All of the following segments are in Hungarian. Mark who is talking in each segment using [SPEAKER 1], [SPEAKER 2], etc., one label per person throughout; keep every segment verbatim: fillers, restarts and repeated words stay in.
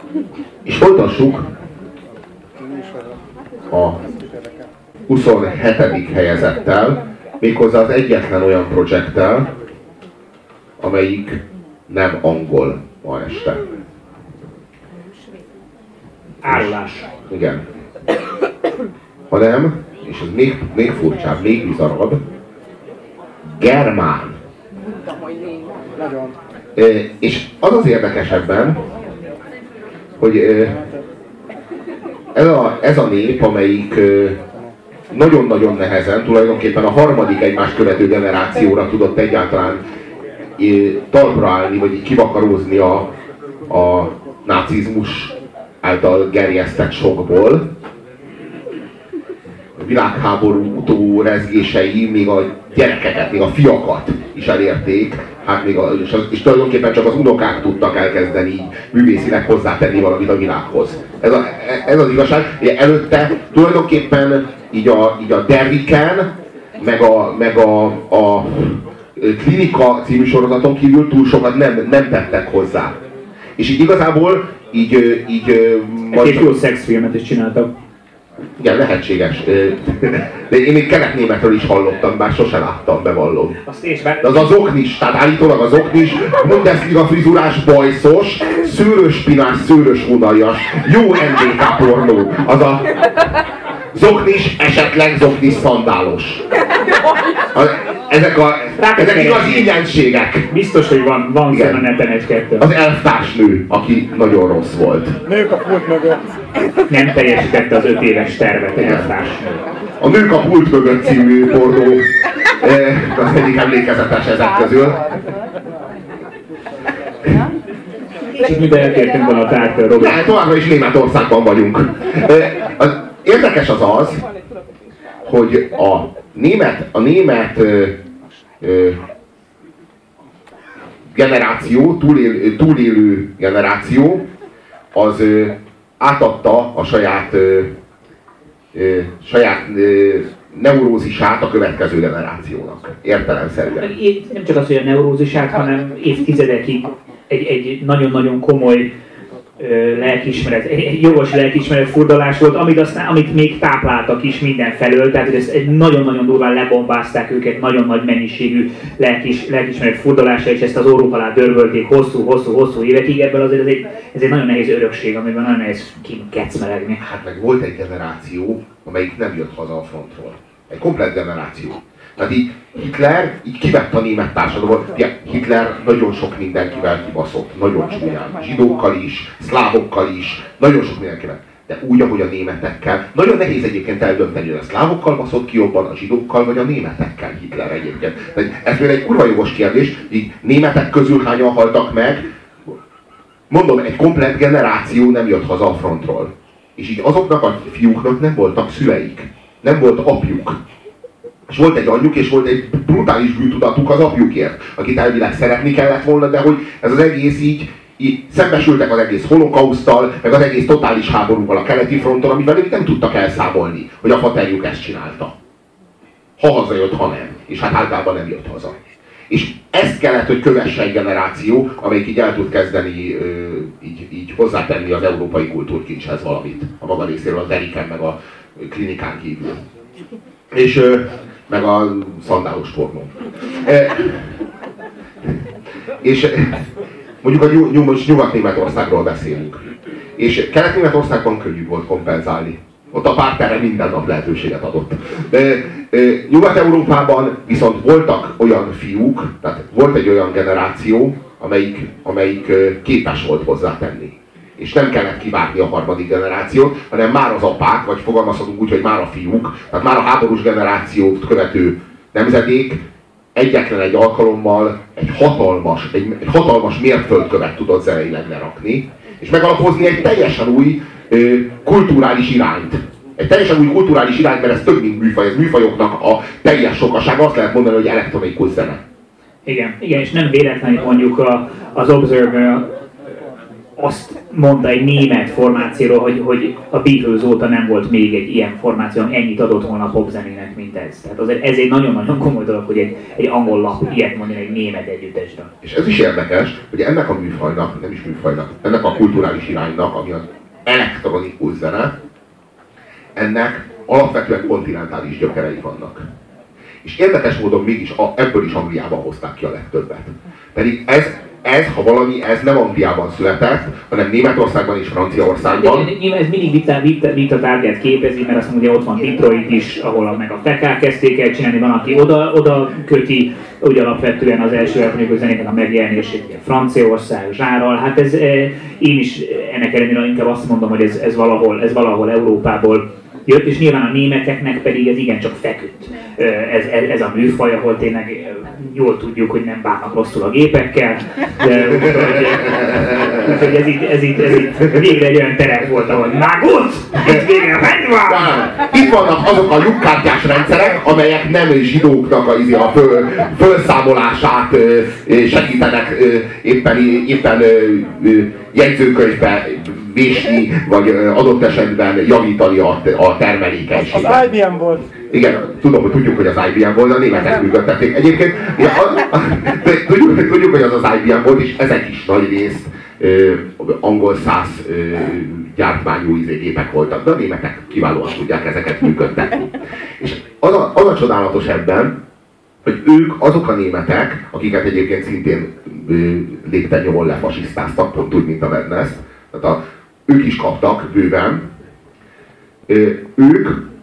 [SPEAKER 1] És folytassuk a huszonhetedik helyezettel, méghozzá az egyetlen olyan projekttel, amelyik nem angol ma este.
[SPEAKER 2] Árulás.
[SPEAKER 1] Igen. Hanem, és ez még, még furcsább, még bizarabb, germán. E, és az az érdekesebben, hogy e, ez, a, ez a nép, amelyik e, nagyon-nagyon nehezen, tulajdonképpen a harmadik egymást követő generációra tudott egyáltalán e, talpra állni, vagy így kivakarózni a, a nácizmus által gerjesztett sokból. A világháború utórezgései még a gyerekeket, még a fiakat is elérték, hát még a, és, az, és tulajdonképpen csak az unokák tudtak elkezdeni így művészileg hozzátenni valamit a világhoz. Ez, a, ez az igazság. Előtte tulajdonképpen így a, így a Derricken, meg a, meg a, a Klinika című sorozaton kívül túl sokat nem, nem tettek hozzá. És így igazából így... így
[SPEAKER 2] egy jó szexfilmet is csináltak.
[SPEAKER 1] Igen, lehetséges. De én még kelet-németről is hallottam, bár sose láttam, bevallom. De az az oknis, tehát állítólag az oknis, Bundesliga frizurás, bajszos, szőrös spinás, szőrös hónaljas, jó en dé ká pornó. Az a zoknis, esetleg zoknis szandálos. A, ezek, a, ezek igazi ingyenségek.
[SPEAKER 2] Biztos, hogy van, van a neten egy-kettő.
[SPEAKER 1] Az elvtársnő, aki nagyon rossz volt.
[SPEAKER 3] Nők a pult mögött.
[SPEAKER 2] Nem teljesítette az öt éves tervet egy elvtársnő.
[SPEAKER 1] A Nők a pult mögött című pornó az egyik emlékezetes ezek közül.
[SPEAKER 2] És minden elkértünk volna a tártól, Robert.
[SPEAKER 1] Ne, továbbra is Németországban vagyunk. Az érdekes az az, hogy a német, a német ö, ö, generáció, túlél, túlélő generáció, az ö, átadta a saját, ö, ö, saját ö, neurózisát a következő generációnak. Értelemszerűen.
[SPEAKER 2] Nem csak az, hogy a neurózisát, hanem évtizedekig egy, egy nagyon-nagyon komoly ö, lelkiismeret, egy jogos lelkiismeret furdalás volt, amit, aztán, amit még tápláltak is mindenfelől, tehát ezt egy nagyon-nagyon durván lebombázták őket, nagyon nagy mennyiségű lelkis, lelkiismeret furdalása, és ezt az orruk alá dörgölték hosszú-hosszú-hosszú évekig. Ebből azért ez egy, ez egy nagyon nehéz örökség, amiben nagyon nehéz kikecmelegni.
[SPEAKER 1] Hát meg volt egy generáció, amelyik nem jött haza a frontról. Egy komplett generáció. Tehát így Hitler így kivett a német társadalomból. Hitler nagyon sok mindenkivel kibaszott, nagyon csúnyán. Zsidókkal is, szlávokkal is, nagyon sok mindenkivel. De úgy, ahogy a németekkel. Nagyon nehéz egyébként eldönteni, hogy a szlávokkal baszott ki jobban, a zsidókkal vagy a németekkel Hitler egyébként. Ez például egy kurva jogos kérdés, így németek közül hányan haltak meg. Mondom, egy komplett generáció nem jött haza a frontról. És így azoknak a fiúknak nem voltak szüleik. Nem volt apjuk. És volt egy anyjuk, és volt egy brutális bűntudatuk az apjukért, akit elvileg szeretni kellett volna, de hogy ez az egész így, így szembesültek az egész holokauszttal, meg az egész totális háborúval a keleti fronton, amivel ők nem tudtak elszámolni, hogy a faterjuk ezt csinálta. Ha hazajött, ha nem. És hát általában nem jött haza. És ezt kellett, hogy kövesse egy generáció, amelyik így el tud kezdeni így, így hozzátenni az európai kultúrkincshez valamit. A maga részéről, az Eriken meg a Klinikán kívül. És meg a szandálos pornó. És mondjuk a nyug, Nyugat-Németországról beszélünk. És Kelet-Németországban könnyű volt kompenzálni. Ott a párt erre minden nap lehetőséget adott. Nyugat-Európában viszont voltak olyan fiúk, tehát volt egy olyan generáció, amelyik, amelyik képes volt hozzátenni. És nem kellett kivárni a harmadik generációt, hanem már az apák, vagy fogalmazhatunk úgy, hogy már a fiúk, tehát már a háborús generációt követő nemzedék egyetlen egy alkalommal egy hatalmas, egy, egy hatalmas mérföldkövet tudott zeneileg lerakni, és megalapozni egy teljesen új ö, kulturális irányt. Egy teljesen új kulturális irányt, mert ez több, mint műfaj, ez műfajoknak a teljes sokasága, azt lehet mondani, hogy elektronikus zene.
[SPEAKER 2] Igen, igen, és nem véletlenül mondjuk a, az Observer azt mondta egy német formációról, hogy, hogy a Beatles óta nem volt még egy ilyen formáció, ami ennyit adott volna a popzenének, mint ez. Tehát azért ez egy nagyon-nagyon komoly dolog, hogy egy, egy angol lap ilyet mondani egy német együttesről.
[SPEAKER 1] És ez is érdekes, hogy ennek a műfajnak, nem is műfajnak, ennek a kulturális iránynak, ami az elektronikus zene, ennek alapvetően kontinentális gyökerei vannak. És érdekes módon mégis a, ebből is Angliában hozták ki a legtöbbet. Pedig ez, ez, ha valami, ez nem Angliában született, hanem Németországban és Franciaországban.
[SPEAKER 2] De, ez mindig vita, vita, vita tárgyát képezi, mert azt mondja, ott van Detroit is, ahol a, meg a fekák kezdték el csinálni, van, aki oda, oda köti, úgy alapvetően az első elektronikus zenének a megjelenését, ugye Franciaország, zsárral. Hát ez, én is ennek ellenére inkább azt mondom, hogy ez, ez, valahol, ez valahol Európából jött, és nyilván a németeknek pedig ez igencsak feküdt. Ez, ez, ez a műfaj, ahol tényleg jól tudjuk, hogy nem bánnak rosszul a gépekkel, de úgyhogy ez itt, ez itt, ez itt végre egy olyan terep volt, ahol na gut, itt végre megvan!
[SPEAKER 1] Itt vannak azok a lyukkártyás rendszerek, amelyek nem zsidóknak a, a föl, fölszámolását segítenek éppen, éppen jegyzőkönyvbe vésni, vagy adott esetben javítani a, a termelékenységet.
[SPEAKER 3] Az I B M volt.
[SPEAKER 1] Igen, tudom, hogy tudjuk, hogy az I B M volt, a németek működtették. Egyébként ja, a, a, tudjuk, tudjuk, hogy az az I B M volt, és ezek is nagy részt ö, angol száz ö, gyártmányú gépek voltak, de a németek kiválóan tudják ezeket működtetni. És az a, az a csodálatos ebben, hogy ők azok a németek, akiket egyébként szintén lépten nyomon lefasisztáztak, pont úgy, mint a Madness. Tehát a, ők is kaptak bőven. Ők,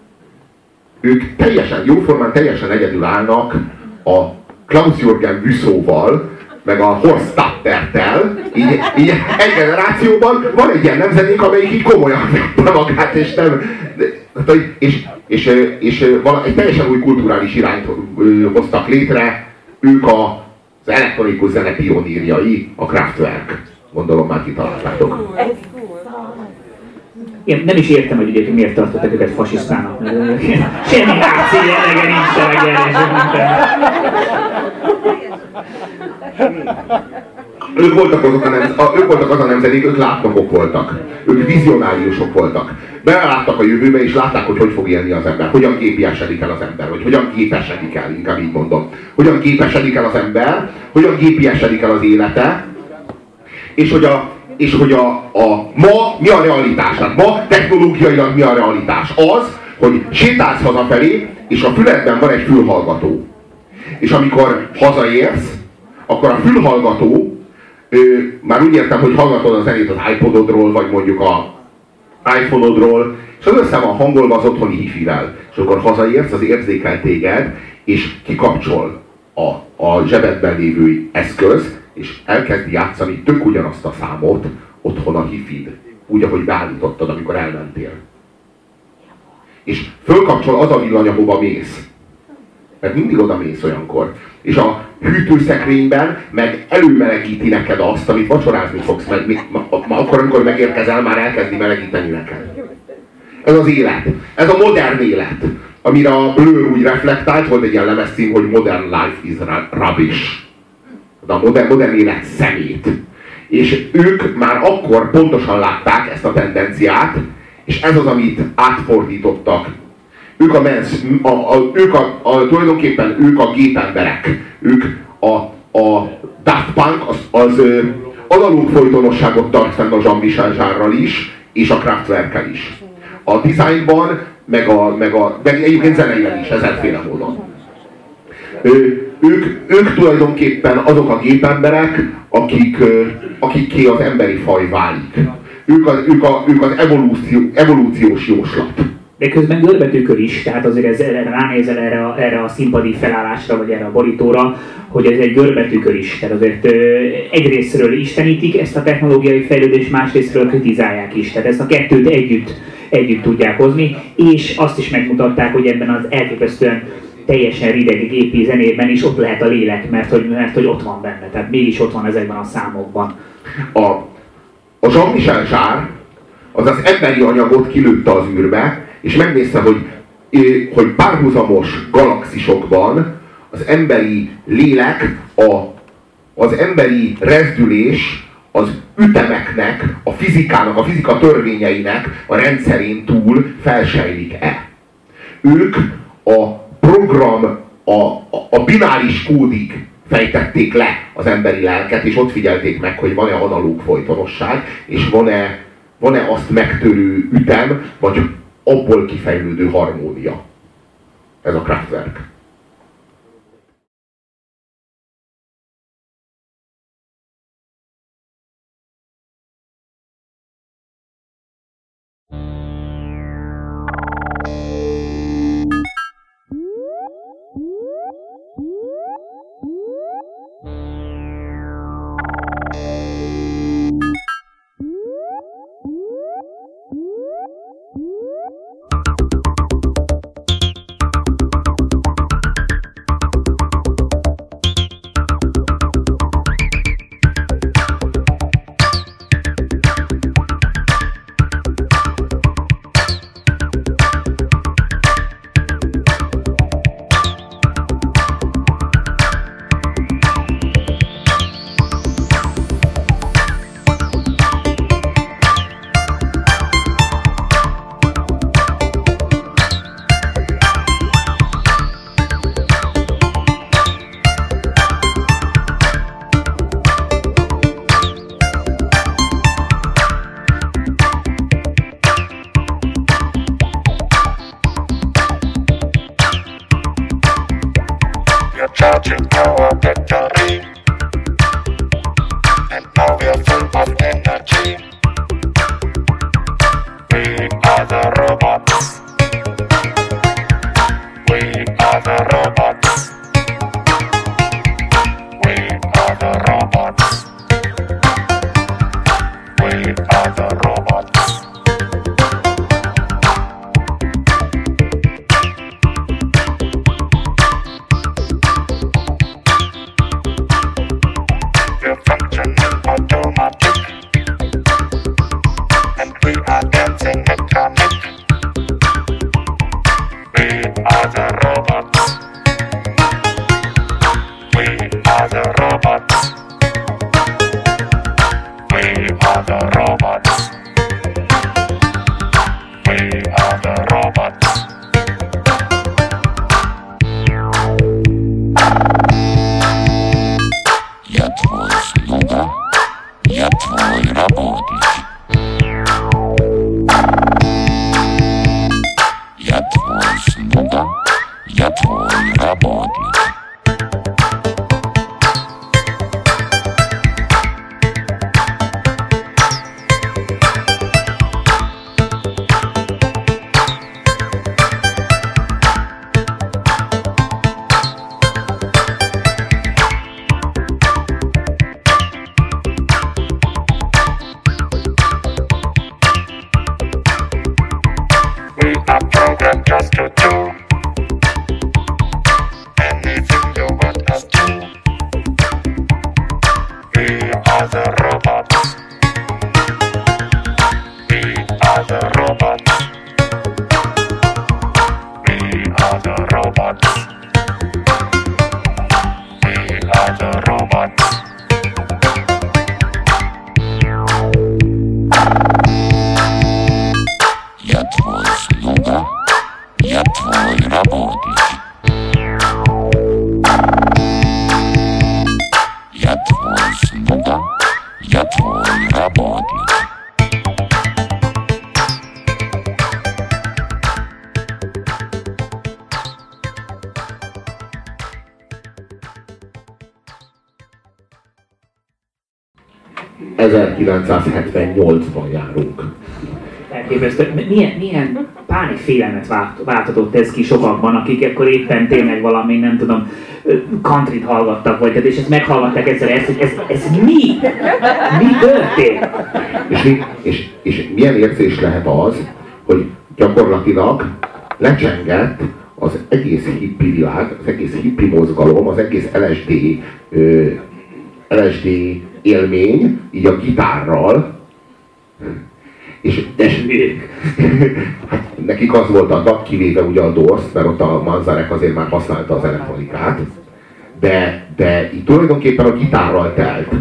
[SPEAKER 1] ők teljesen, jóformán teljesen egyedül állnak a Klaus-Jürgen Wyszóval, meg a Horst Tappertel, így, így egy generációban van egy ilyen nemzedék, amelyik így komolyan vette magát, és nem... És, és, és, és egy teljesen új kulturális irányt hoztak létre, ők a, az elektronikus zene pionírjai, a Kraftwerk. Gondolom már kitaláltátok.
[SPEAKER 2] Én nem is értem, hogy egyébként miért tartottak őket fasisztának. Semmi náci jellege nincs
[SPEAKER 1] Ők voltak, azok a nem, a, ők voltak az a nemzedék, ők látnokok voltak. Ők vizionáriusok voltak. Beleláttak a jövőbe, és látták, hogy hogy fog élni az ember. Hogyan gépiasedik el az ember, vagy hogyan gépesedik el, inkább így mondom. Hogyan gépesedik el az ember, hogyan gépiasedik el az élete, és hogy a, és hogy a, a ma mi a realitás. Hát ma technológiailag mi a realitás? Az, hogy sétálsz hazafelé, és a füledben van egy fülhallgató. És amikor hazaérsz, akkor a fülhallgató, ö, már úgy értem, hogy hallgatod a zenét az iPododról, vagy mondjuk a iPhone-odról, és az össze van hangolva az otthoni hifivel. És akkor hazaérsz, az érzékel téged, és kikapcsol a, a zsebedben lévő eszköz, és elkezdi játszani tök ugyanazt a számot otthon a hifid, úgy, ahogy beállítottad, amikor elmentél. És fölkapcsol az a villany, ahova mész. Mert mindig oda mész olyankor. És a hűtőszekrényben meg előmelegíti neked azt, amit vacsorázni fogsz, meg még, ma, ma, akkor, amikor megérkezel, már elkezdi melegíteni neked. Ez az élet. Ez a modern élet. Amire a Blur úgy reflektált, volt egy ilyen lemezcím, hogy Modern Life is Rubbish. De a modern, modern élet szemét. És ők már akkor pontosan látták ezt a tendenciát, és ez az, amit átfordítottak. Ők a mens, a, a, ők a, a, tulajdonképpen ők a gépemberek. Ők a, a Daft Punk az, az ö, analóg folytonosságot tart fenn a Jean-Michel Jarre-ral is, és a Kraftwerkkel is. A dizájnban, meg, a, meg, a, meg egyébként zeneileg is, ezerféle módon. Ö, ők, ők tulajdonképpen azok a gépemberek, akik, akikké az emberi faj válik. Ők, az, ők, a, ők az evolúció, evolúciós jóslat.
[SPEAKER 2] De közben görbetűkör is, tehát azért ez, ránézel erre a, erre a színpadi felállásra, vagy erre a borítóra, hogy ez egy görbetűkör is. Tehát azért ö, egyrésztről istenítik ezt a technológiai fejlődést, másrésztről kritizálják is. Tehát ezt a kettőt együtt, együtt tudják hozni, és azt is megmutatták, hogy ebben az elképesztően teljesen rideg gépi zenében is ott lehet a lélek, mert hogy, mert hogy ott van benne, tehát mégis ott van ezekben a számokban.
[SPEAKER 1] A, a Jean-Michel Jarre az az emberi anyagot kilőtte az űrbe, és megnézte, hogy, hogy párhuzamos galaxisokban az emberi lélek, a, az emberi rezdülés az ütemeknek, a fizikának, a fizika törvényeinek a rendszerén túl felsejlik-e. Ők a program, a, a, a bináris kódig fejtették le az emberi lelket, és ott figyelték meg, hogy van-e analóg folytonosság, és van-e, van-e azt megtörő ütem, vagy abból kifejlődő harmónia. Ez a Kraftwerk.
[SPEAKER 3] Charging our battery, and now we're full of energy. We are the robots. We are the robots. We are the robots. We are the robots. Just to do anything you want us to. We are the robots. We are the robots. We are the robots. We are the robots. Я твой слуга. Я твой работник. Я твой слуга. Я твой работник.
[SPEAKER 1] ezerkilencszázhetvennyolcban járunk.
[SPEAKER 2] Elképesztő. Milyen, milyen pánik félelmet vált, váltatott ez ki sokakban, akik akkor éppen tényleg valami, nem tudom, countryt hallgattak, vagy, és ezt meghallgatták egyszer, ezt, hogy ez, ez mi? Mi történt?
[SPEAKER 1] És, mi, és, és milyen érzés lehet az, hogy gyakorlatilag lecsengett az egész hippi világ, az egész hippi mozgalom, az egész el es dé, ö, el es dé élmény, így a gitárral. És, és hát nekik az volt a dag, kivéve ugye a Doors, mert ott a Manzarek azért már használta az elektronikát, de, de így tulajdonképpen a gitárral telt.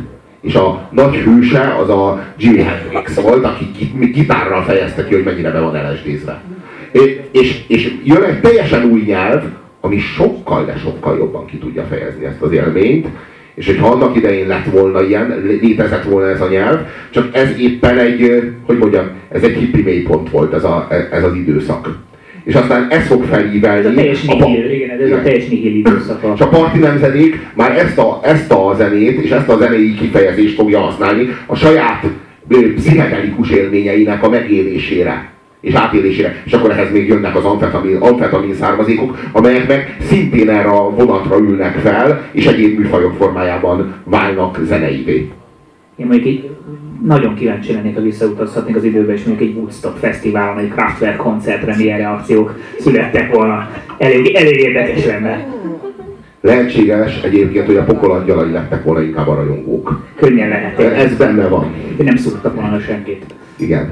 [SPEAKER 1] És a nagy hőse az a Jimi Hendrix volt, aki gitárral fejezte ki, hogy mennyire be van el es dé-zve. És, és jön egy teljesen új nyelv, ami sokkal, de sokkal jobban ki tudja fejezni ezt az élményt, és hogyha annak idején lett volna ilyen, létezett volna ez a nyelv, csak ez éppen egy, hogy mondjam, ez egy hippi mélypont volt ez, a, ez az időszak. És aztán ez fog felívelni.
[SPEAKER 2] Ez a teljes nihil, igen, ez igen. a teljes nihil időszaka.
[SPEAKER 1] És a Parti Nemzedék már ezt a, ezt a zenét és ezt a zenei kifejezést fogja használni a saját pszichedelikus élményeinek a megélésére és átélésére. És akkor ehhez még jönnek az amfetamin, amfetamin származékok, amelyek meg szintén erre a vonatra ülnek fel, és egyéb műfajok formájában válnak zeneivé.
[SPEAKER 2] Én mondjuk így nagyon kíváncsi lennék, ha visszautazhatnék az időbe, és mondjuk egy Woodstock fesztiválon, egy Kraftwerk koncertre milyen reakciók születtek volna. Elég, elég érdekes lenne.
[SPEAKER 1] Lehetséges egyébként, hogy a pokol angyalai lettek volna inkább a rajongók.
[SPEAKER 2] Könnyen lehet.
[SPEAKER 1] Ez benne van.
[SPEAKER 2] Én nem szoktak volna senkit.
[SPEAKER 1] Igen.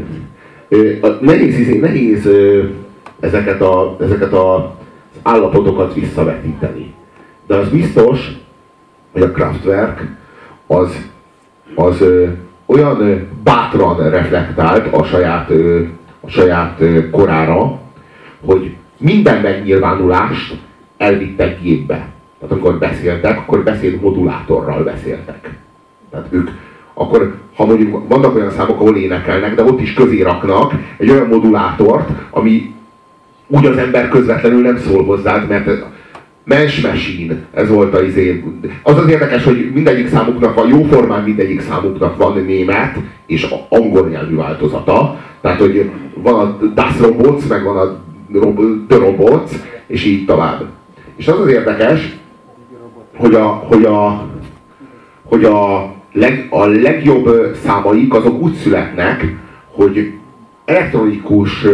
[SPEAKER 1] Nehéz, nehéz ezeket, a, ezeket az állapotokat visszavetíteni. De az biztos, hogy a Kraftwerk az, az ö, olyan ö, bátran reflektált a saját, ö, a saját ö, korára, hogy minden megnyilvánulást elvittek gépbe. Tehát amikor beszéltek, akkor beszédmodulátorral beszéltek. Tehát ők akkor, ha mondjuk vannak olyan számok, ahol énekelnek, de ott is közé raknak egy olyan modulátort, ami úgy az ember közvetlenül nem szól hozzá, mert Mensch Machine, ez volt az izé. Az az érdekes, hogy mindegyik számuknak van, jóformán mindegyik számuknak van német és angol nyelvű változata. Tehát, hogy van a Das Robots, meg van a The Robots, és így tovább. És az az érdekes, hogy a, hogy a, hogy a Leg, a legjobb számaik azok úgy születnek, hogy elektronikus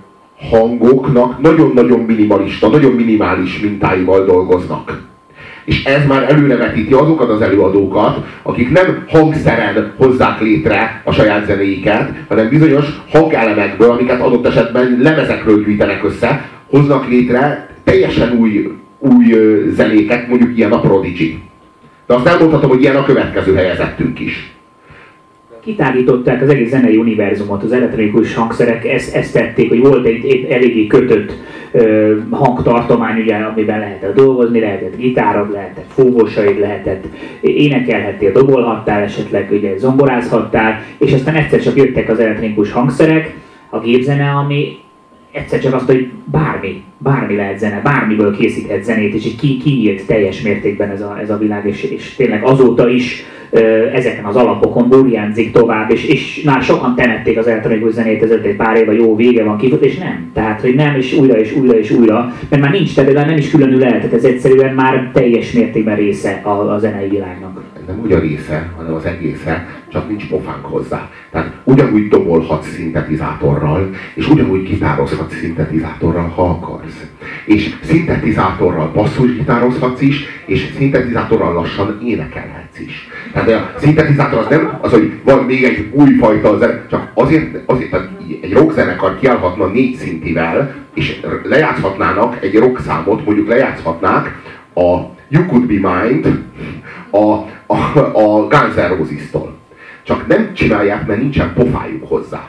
[SPEAKER 1] hangoknak nagyon-nagyon minimalista, nagyon minimális mintáival dolgoznak. És ez már előrevetíti azokat az előadókat, akik nem hangszeren hozzák létre a saját zenéiket, hanem bizonyos hangelemekből, amiket adott esetben lemezekről gyűjtenek össze, hoznak létre teljesen új, új zenéket, mondjuk ilyen a Prodigy. De azt elmondhatom, hogy ilyen a következő helyezettünk is.
[SPEAKER 2] Kitágították az egész zenei univerzumot, az elektronikus hangszerek ezt, ezt tették, hogy volt egy, egy eléggé kötött ö, hangtartomány, ugye, amiben lehetett dolgozni, lehetett gitárod, lehetett fúvósaid, lehetett énekelhettél, dobolhattál, esetleg ugye zongorázhattál, és aztán egyszer csak jöttek az elektronikus hangszerek, a gépzene, ami egyszer csak azt, hogy bármi, bármi lehet zene, bármiből készíthet zenét, és így ki, kinyílt teljes mértékben ez a, ez a világ, és, és tényleg azóta is ö, ezeken az alapokon burjánzik tovább, és, és már sokan temették az elektronikus zenét, ezért egy pár éve jó vége van kifut, és nem. Tehát, hogy nem, és újra, és újra, és újra, mert már nincs, tehát nem is különül el, tehát ez egyszerűen már teljes mértékben része a, a zenei világnak.
[SPEAKER 1] Nem úgy a része, hanem az egésze, csak nincs pofánk hozzá. Tehát ugyanúgy dobolhatsz szintetizátorral, és ugyanúgy gitározhatsz szintetizátorral, ha akarsz. És szintetizátorral basszusgitározhatsz is, és szintetizátorral lassan énekelhetsz is. Tehát a szintetizátor az nem az, hogy van még egy újfajta zene, csak azért, azért hogy egy rockzenekar kiállhatna négy szintivel, és lejátszhatnának egy rock számot, mondjuk lejátszhatnák a You Could Be Mine, a, a, a Guns N' Roses-tól. Csak nem csinálják, mert nincsen pofájuk hozzá.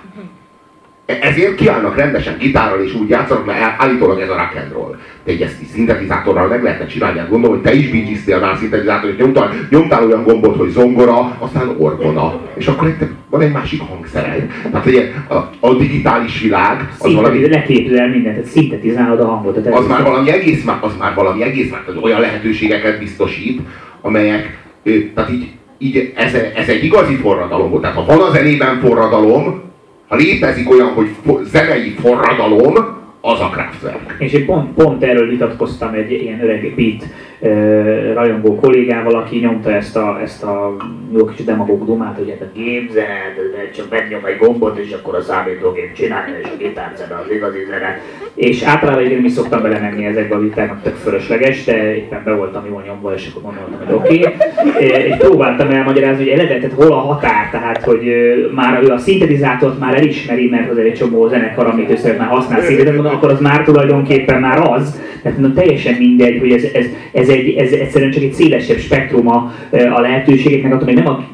[SPEAKER 1] Ezért kiállnak rendesen gitárral és úgy játszanak, mert állítólag ez a rock and roll. De egy ezt szintetizáltorral meg lehetne csinálni, hát gondolom, hogy te is bígyiztél már szintetizátor, és nyomtál, nyomtál olyan gombot, hogy zongora, aztán orgona. És akkor egy, van egy másik hangszered. Tehát ugye, a, a digitális világ az
[SPEAKER 2] Szintetiz,
[SPEAKER 1] valami...
[SPEAKER 2] leképzel mindent, tehát szintetizálod a hangot.
[SPEAKER 1] Az már valami egész, az már valami egész, mert olyan lehetőségeket biztosít, amelyek, tehát így, így ez, ez egy igazi forradalom volt. Tehát ha van a zenében forradalom, ha létezik olyan, hogy zenei forradalom, az a Kraftwerk.
[SPEAKER 2] És én pont, pont erről vitatkoztam egy ilyen öreg beat uh, rajongó kollégával, aki nyomta ezt a, ezt a jó kicsi demagóg dumát, hogy hát a gépzene, csak megnyom egy gombot, és akkor a számítógép csinálja, és a gitárzene az igazi zene. És általában én nem is szoktam belemenni ezekbe a vitáknak, tök fölösleges, de éppen be voltam jól nyomva, és akkor gondoltam, hogy oké. Okay. És próbáltam elmagyarázni, hogy eleve, tehát hol a határ, tehát hogy már ő a szintetizátort már elismeri, mert az egy csomó zenekar, amit ő szeret már használ szintetizátort, akkor az már tulajdonképpen már az, tehát no, teljesen mindegy, hogy ez, ez, ez, egy, ez egyszerűen csak egy szélesebb spektruma a lehetőségeknek, attól még nem, a, tehát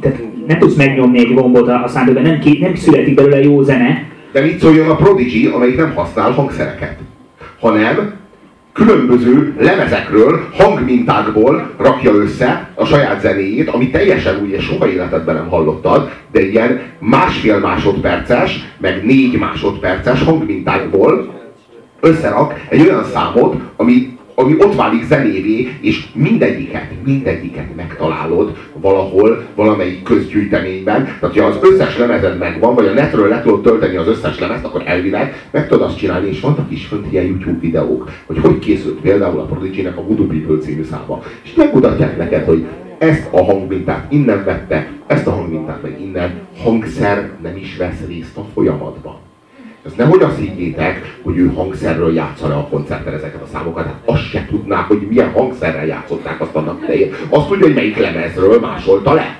[SPEAKER 2] nem tudsz megnyomni egy gombot a szándékban, nem, ki, nem születik belőle jó zene.
[SPEAKER 1] De mit szóljon a Prodigy, amelyik nem használ hangszereket, hanem különböző lemezekről, hangmintákból rakja össze a saját zenéjét, ami teljesen új, és soha életedben nem hallottad, de ilyen másfél másodperces, meg négy másodperces hangmintákból összerak egy olyan számot, ami, ami ott válik zenévé, és mindegyiket, mindegyiket megtalálod valahol, valamelyik közgyűjteményben. Tehát, hogyha az összes lemezed megvan, vagy a netről le tudod tölteni az összes lemezt, akkor elvileg meg tudod azt csinálni, és vannak is fönt ilyen YouTube videók, hogy hogy készült például a Prodigy-nek a Voodoo People című száma. És megmutatják neked, hogy ezt a hangmintát innen vette, ezt a hangmintát meg innen, hangszer nem is vesz részt a folyamatban. Ez nehogy azt higgyétek, hogy ő hangszerről játsza a koncerten ezeket a számokat, hát azt se tudnák, hogy milyen hangszerrel játszották azt annak idején. Azt tudja, hogy melyik lemezről másolta le.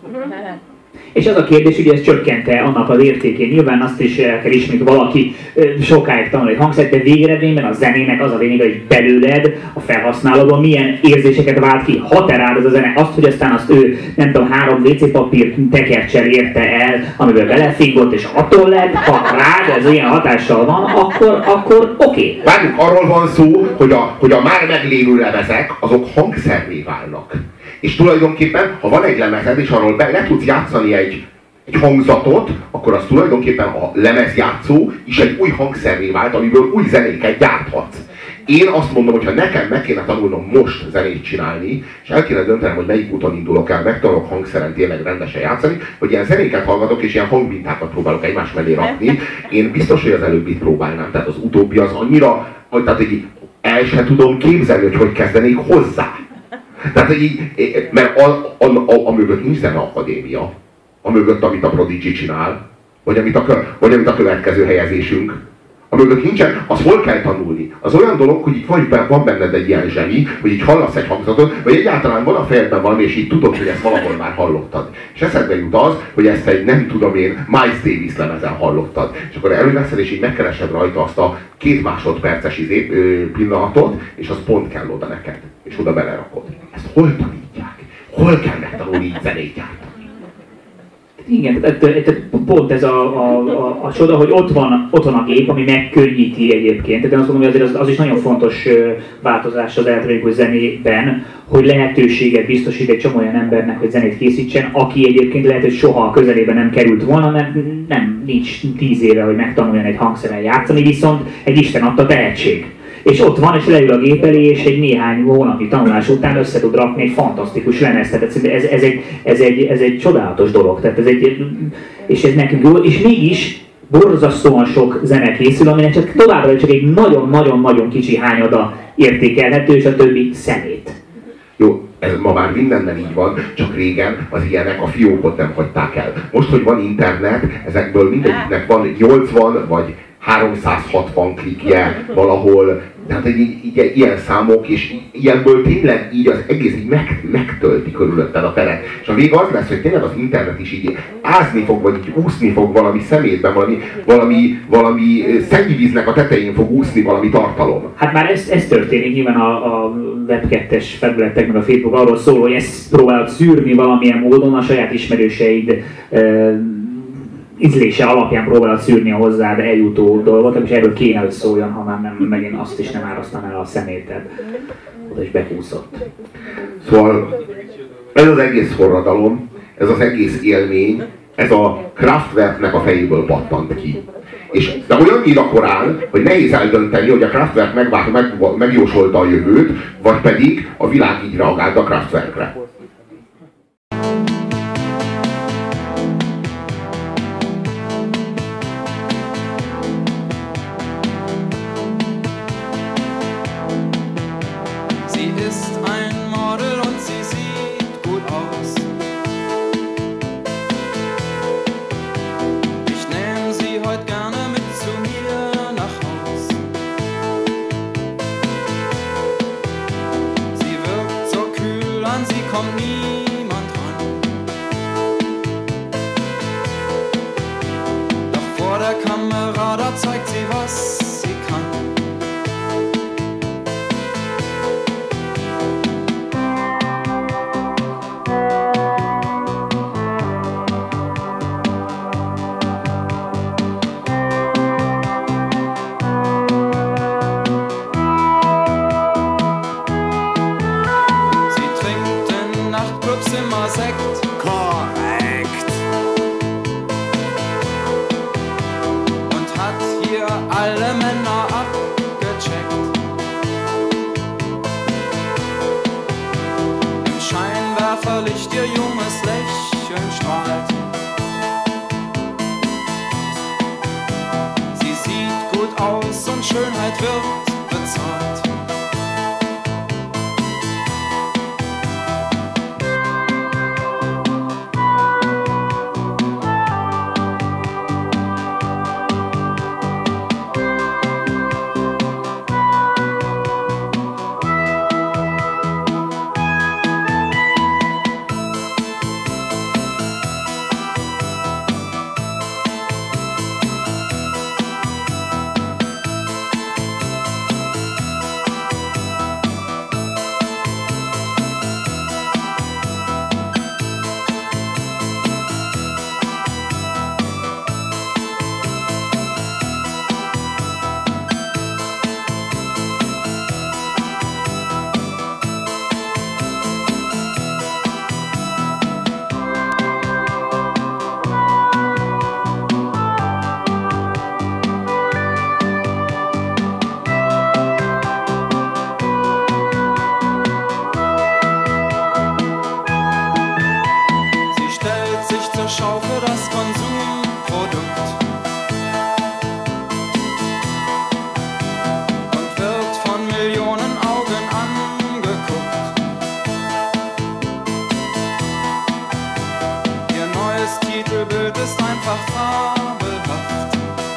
[SPEAKER 2] És az a kérdés, hogy ez csökkente annak az értékén. Nyilván azt is el kell ismerni, hogy valaki sokáig tanul egy hangszert, de végeredményben a zenének az a lényeg, hogy belőled, a felhasználóban milyen érzéseket vált ki. Ha te rád az a zene, azt, hogy aztán azt ő, nem tudom, három vé cé papír tekercsel érte el, amiből belefingott, és attól lett, ha rád ez olyan hatással van, akkor, akkor oké. Okay.
[SPEAKER 1] Várjuk, arról van szó, hogy a, hogy a már meglévő lemezek, azok hangszerré válnak. És tulajdonképpen, ha van egy lemezed, és arról be, le tudsz játszani egy, egy hangzatot, akkor az tulajdonképpen a lemezjátszó is egy új hangszerré vált, amiből új zenéket gyárthatsz. Én azt mondom, hogy ha nekem meg kéne tanulnom most zenét csinálni, és el kéne döntenem, hogy melyik úton indulok el, megtanulok hangszeren tényleg rendesen játszani, hogy ilyen zenéket hallgatok, és ilyen hangmintákat próbálok egymás mellé rakni, én biztos, hogy az előbbit próbálnám. Tehát az utóbbi az annyira, hogy tehát így el se tudom képzelni, hogy hogy kezdenék hozzá. Tehát így, mert a, a, a, a mögött nincs zeneakadémia, a mögött, amit a Prodigy csinál, vagy amit a, vagy amit a következő helyezésünk, a mögött nincsen, az hol kell tanulni. Az olyan dolog, hogy így van, van benned egy ilyen zseni, hogy így hallasz egy hangzatot, vagy egyáltalán van a fejedben valami, és így tudod, hogy ezt valahol már hallottad. És eszedbe jut az, hogy ezt egy nem tudom én, Miles Davis lemezen hallottad. És akkor előveszed, és így megkeresed rajta azt a két másodperces izé, ö, pillanatot, és az pont kell oda neked. És oda belerakod. Ezt hol tanítják? Hol kell megtanulni így zenét gyártani?
[SPEAKER 2] Igen, tehát pont ez a, a, a, a csoda, hogy ott van, ott van a gép, ami megkönnyíti egyébként. De azt mondom, hogy azért az, az is nagyon fontos változás az elektronikus zenében, hogy lehetőséget biztosít egy csomó olyan embernek, hogy zenét készítsen, aki egyébként lehet, hogy soha a közelében nem került volna, mert nem nincs tíz éve, hogy megtanuljon egy hangszeren játszani, viszont egy Isten adta tehetség. És ott van, és leül a gép elé, és egy néhány hónapi tanulás után össze tud rakni egy fantasztikus lemezt. Tehát ez, ez, egy, ez, egy, ez egy csodálatos dolog. Tehát ez egy, és ez nekünk jó, és mégis borzasztóan sok zene készül, aminek csak továbbra csak egy nagyon-nagyon-nagyon kicsi hányada értékelhető, és a többi szemét.
[SPEAKER 1] Jó, ez ma már mindenben így van, csak régen az ilyenek a fiókot nem hagyták el. Most, hogy van internet, ezekből mindegyiknek van nyolcvan vagy háromszázhatvan klikje valahol, tehát egy, így, ilyen számok, és ilyenből tényleg így az egész így meg, megtölti körülötted a teret. És a vég az lesz, hogy tényleg az internet is így ázni fog, vagy így úszni fog valami szemétben, valami, valami, valami szennyvíznek a tetején fog úszni valami tartalom.
[SPEAKER 2] Hát már ez, ez történik, nyilván a, a web kettes felületek, meg a Facebook arról szól, hogy ezt próbálod szűrni valamilyen módon, a saját ismerőseid e, ízlése alapján próbálod szűrni a hozzád eljutó dolgot, és erről kéne, hogy szóljon, ha már nem, megint azt is nem árasztam el a szemétet. Oda is bekúszott.
[SPEAKER 1] Szóval ez az egész forradalom, ez az egész élmény, ez a Kraftwerknek a fejéből pattant ki. És, de olyannyira korán, hogy nehéz eldönteni, hogy a Kraftwerk megvár, meg, megjósolta a jövőt, vagy pedig a világ így reagált a Kraftwerkre.
[SPEAKER 4] alle Männer abgecheckt. Im Scheinwerferlicht ihr junges Lächeln strahlt. Sie sieht gut aus und Schönheit wird bezahlt. Schau für das Konsumprodukt und wird von Millionen Augen angeguckt. Ihr neues Titelbild ist einfach fabelhaft.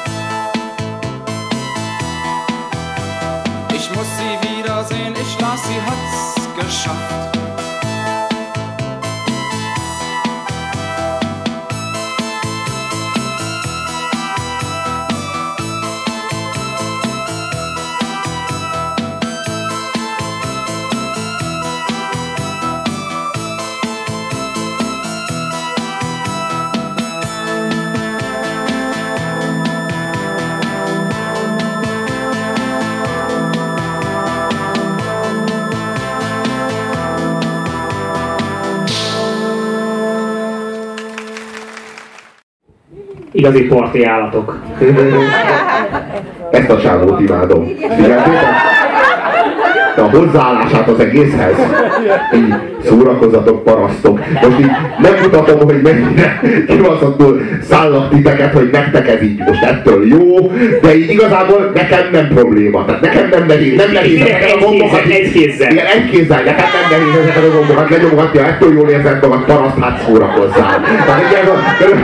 [SPEAKER 4] Ich muss sie wiedersehen, ich las, sie hat's geschafft.
[SPEAKER 2] Igazi parti állatok.
[SPEAKER 1] Ezt a csávót imádom. Figyeltétek? De a hozzáállását az egészhez. Így szórakozatok, parasztok. Most így nem mutatom, hogy mennyire kibaszottul szállak titeket, hogy nektek ez így most ettől jó, de így igazából nekem nem probléma. Tehát nekem nem nehéz, nem nehéz ezeket a gombokat.
[SPEAKER 2] Egy kézzel.
[SPEAKER 1] Igen, egy kézzel, nekem nem nehéz ezeket a gombokat lenyomogatni, ha ettől jól érzed magad, paraszt, hát szórakozzál. Tehát így ez a...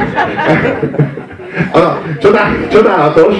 [SPEAKER 1] A, csodál, csodálatos,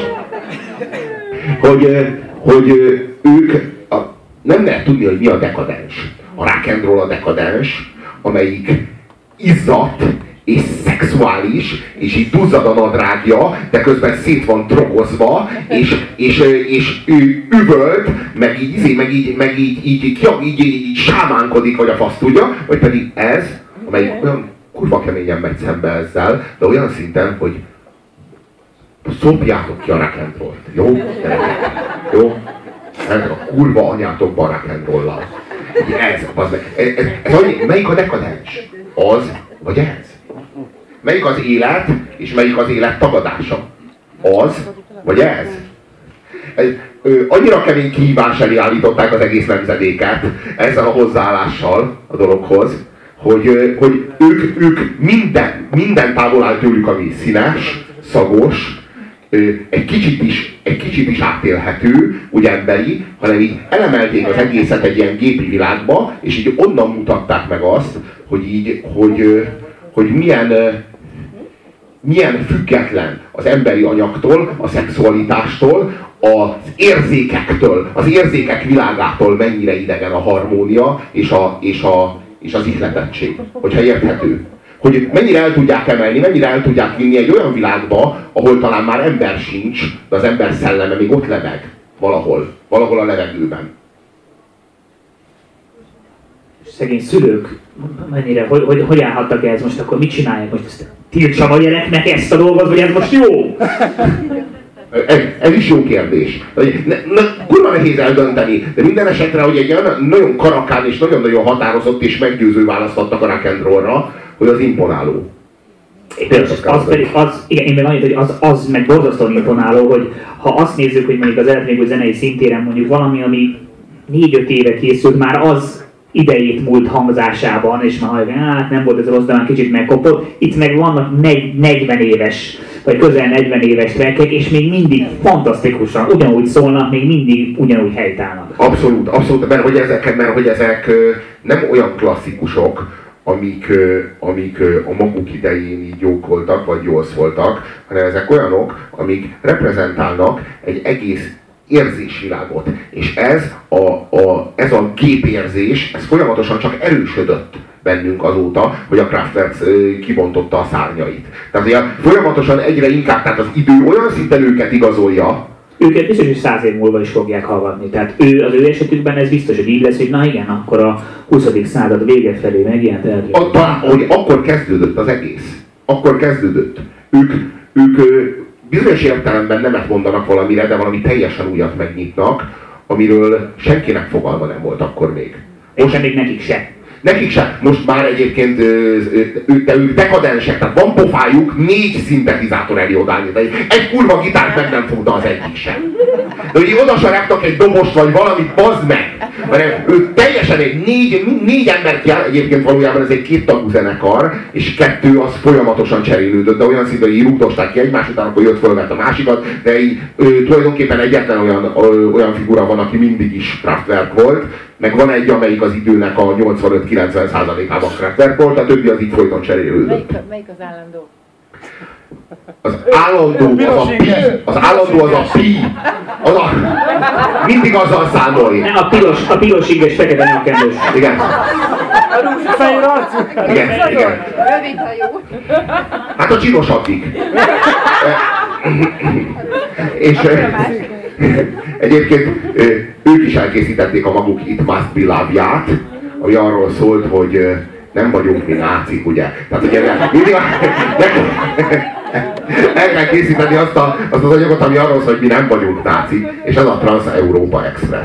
[SPEAKER 1] hogy, hogy ők a, nem lehet tudni, hogy mi a dekadens. A rock and roll a dekadens, amelyik izzadt és szexuális, és így duzzad a nadrágja, de közben szét van drogozva, és, és, és ő üvölt, meg így, meg így, meg így, így, így, így, így, így sámánkodik, vagy a fasz tudja, vagy pedig ez, amelyik olyan kurva keményen megy szembe ezzel, de olyan szinten, hogy szopjátok ki a rock and rollt, jó? Jó? Ez a kurva anyátokban rock and roll-lal. Ez, az, ez, ez, ez annyi, melyik a dekadens? Az, vagy ez? Melyik az élet, és melyik az élet tagadása? Az, vagy ez? ez ö, annyira kemény kihívás elé állították az egész nemzedéket ezzel a hozzáállással a dologhoz, hogy, hogy ők, ők minden, minden távol áll tőlük, ami színes, szagos, egy kicsit is, egy kicsit is átélhető, úgy emberi, hanem így elemelték az egészet egy ilyen gépi világba, és így onnan mutatták meg azt, hogy így, hogy, hogy milyen, milyen független az emberi anyagtól, a szexualitástól, az érzékektől, az érzékek világától mennyire idegen a harmónia és, a, és, a, és az ihletettség, hogyha érthető. Hogy mennyire el tudják emelni, mennyire el tudják vinni egy olyan világba, ahol talán már ember sincs, de az ember szelleme még ott lebeg. Valahol. Valahol a levegőben.
[SPEAKER 2] Szegény szülők, mennyire, hogy, hogy, hogy állhattak ez most, akkor mit csinálják most? Ezt tiltsam a gyereknek ezt a dolgot, vagy ez most jó?
[SPEAKER 1] Ez, ez is jó kérdés. Ne, ne, kurva nehéz eldönteni, de minden esetre, hogy egy olyan nagyon karakán és nagyon-nagyon határozott és meggyőző választ adtak a rock and rollra, hogy az imponáló.
[SPEAKER 2] Az, az pedig, az, igen, én meg annyit, hogy az, az meg borzasztóan imponáló, hogy ha azt nézzük, hogy mondjuk az elektronikus zenei szintéren mondjuk valami, ami négy-öt éve készült, már az idejét múlt hangzásában, és már hát nem volt ez rossz, de már kicsit megkopott. Itt meg vannak negyven éves, vagy közel negyven éves trackek, és még mindig fantasztikusan, ugyanúgy szólnak, még mindig ugyanúgy helytállnak.
[SPEAKER 1] Abszolút, abszolút, mert hogy ezek, mert hogy ezek nem olyan klasszikusok, amik, amik a maguk idején így jók voltak, vagy jól szóltak, hanem ezek olyanok, amik reprezentálnak egy egész érzésvilágot. És ez a, a, ez a gépérzés, ez folyamatosan csak erősödött bennünk azóta, hogy a Kraftwerk kibontotta a szárnyait. Tehát ugye folyamatosan egyre inkább, tehát az idő olyan szinten őket igazolja,
[SPEAKER 2] őket biztos, hogy száz év múlva is fogják hallgatni. Tehát ő, az ő esetükben ez biztos, hogy így lesz, hogy na igen, akkor a huszadik század vége felé megjelent el.
[SPEAKER 1] Hogy akkor kezdődött az egész. Akkor kezdődött. Ők, ők bizonyos értelemben nemet mondanak valamire, de valami teljesen újat megnyitnak, amiről senkinek fogalma nem volt akkor még.
[SPEAKER 2] Most még nekik se.
[SPEAKER 1] Nekik sem. Most már egyébként ők, de ők dekadensek, tehát van pofájuk négy szintetizátor elé odállni. Egy kurva gitárt meg nem fogna az egyik sem. De hogy oda se raknak egy dobost vagy valamit, bazd meg! Mert ők teljesen egy négy, négy ember kiáll, egyébként valójában ez egy kéttagú zenekar, és kettő az folyamatosan cserélődött, de olyan szinten, hogy így rúgdosták ki egymás után, akkor jött fölvett a másikat, de így, ő, tulajdonképpen egyetlen olyan, ö, olyan figura van, aki mindig is Kraftwerk volt, meg van egy, amelyik az időnek a nyolcvanöt-kilencven százalékában Kraftwerk volt, a többi az így folyton cserélődött.
[SPEAKER 5] Melyik, melyik az állandó?
[SPEAKER 1] Az állandó az a pi, az állandó az a pi, az a, mindig azzal számolj.
[SPEAKER 2] Nem, a piros, a piros inges fekete nyakkendős.
[SPEAKER 1] Igen.
[SPEAKER 6] A rózsafehér arcú.
[SPEAKER 1] Igen, igen.
[SPEAKER 5] Rövid hajú.
[SPEAKER 1] Hát a csinosabbik. És egyébként ők is elkészítették a maguk It Must Be Love-ját, ami arról szólt, hogy nem vagyunk mi nácik, ugye? Tehát ugye mindig el kell készíteni azt, a, azt az anyagot, ami arról szól, hogy mi nem vagyunk nácik, és ez a Trans-Európa Express.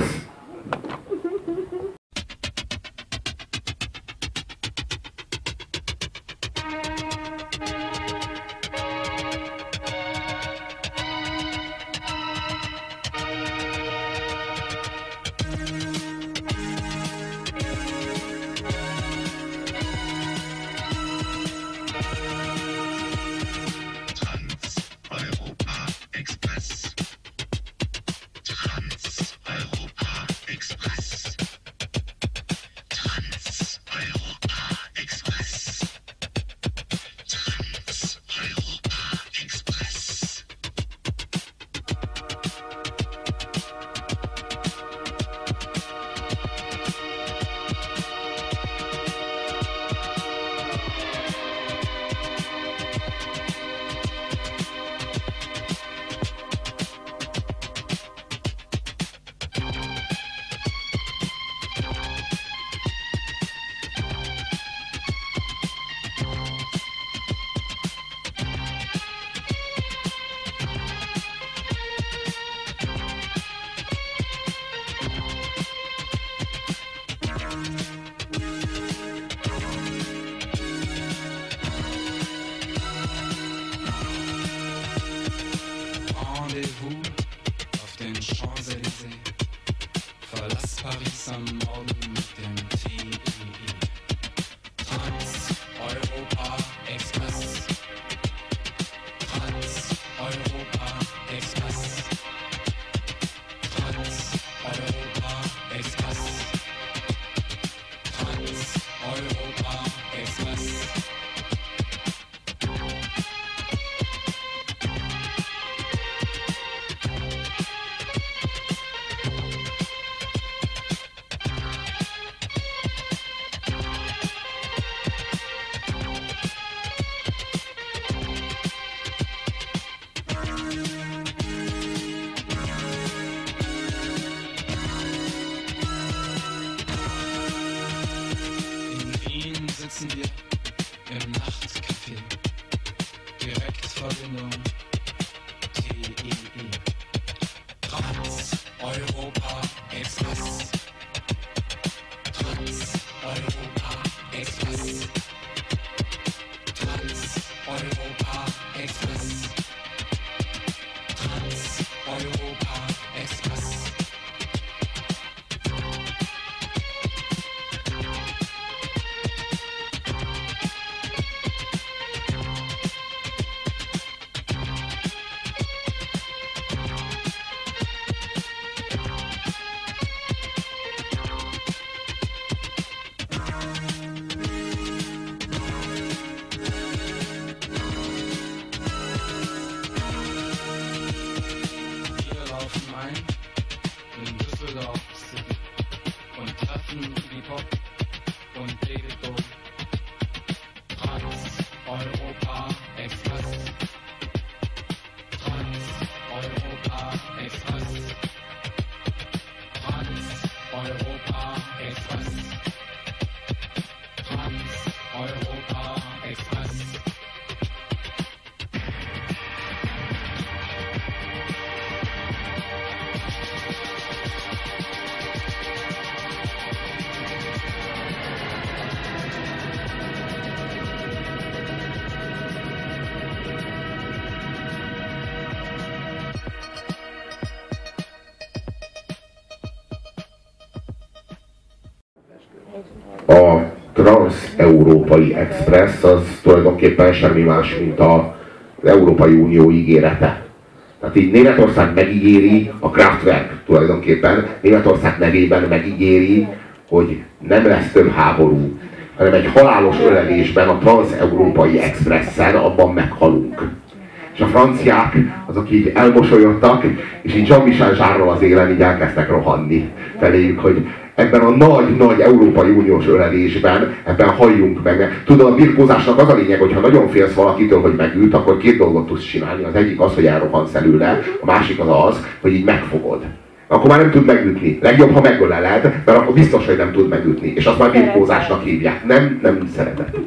[SPEAKER 1] a Trans-Európai Express az tulajdonképpen semmi más, mint a, az Európai Unió ígérete. Tehát így Németország megígéri, a Kraftwerk tulajdonképpen Németország nevében megígéri, hogy nem lesz több háború, hanem egy halálos ölelésben a Trans-Európai Expressen abban meghalunk. És a franciák azok így elmosolyodtak, és így Jean-Michel Jarre az élen így elkezdtek rohanni feléjük, hogy ebben a nagy-nagy Európai Uniós ölelésben, ebben halljunk meg. Tudod, a birkózásnak az a lényeg, hogyha nagyon félsz valakitől, hogy megült, akkor két dolgot tudsz csinálni. Az egyik az, hogy elrohansz előle, a másik az az, hogy így megfogod. Akkor már nem tud megütni. Legjobb, ha megöleled, mert akkor biztos, hogy nem tud megütni. És azt már birkózásnak hívják. Nem, nem szeretet.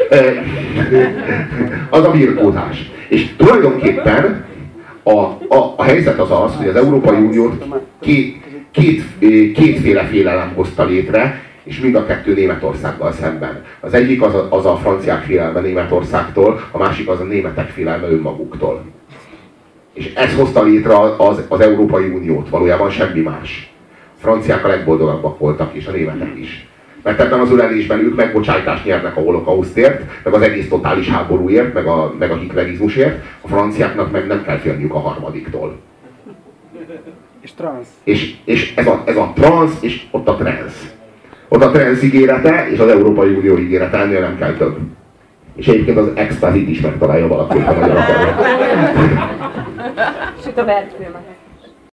[SPEAKER 1] Az a birkózás. És tulajdonképpen a, a, a helyzet az az, hogy az Európai Uniót két, két, kétféle félelem hozta létre, és mind a kettő Németországgal szemben. Az egyik az a, az a franciák félelme Németországtól, a másik az a németek félelme önmaguktól. És ez hozta létre az, az Európai Uniót, valójában semmi más. A franciák a legboldogabbak voltak, és a németek is. Mert ebben az ölelésben ők megbocsájtást nyernek a holokausztért, meg az egész totális háborúért, meg a, meg a hitlerizmusért, a franciáknak meg nem kell félniük a harmadiktól.
[SPEAKER 6] És transz.
[SPEAKER 1] És, és ez, a, ez a transz, és ott a transz. Ott a transz ígérete, és az Európai Unió ígérete, ennél nem kell több. És egyébként az extazit is megtalálja valaki, ha nagyon akarja.
[SPEAKER 5] Sőt a vertfilmet.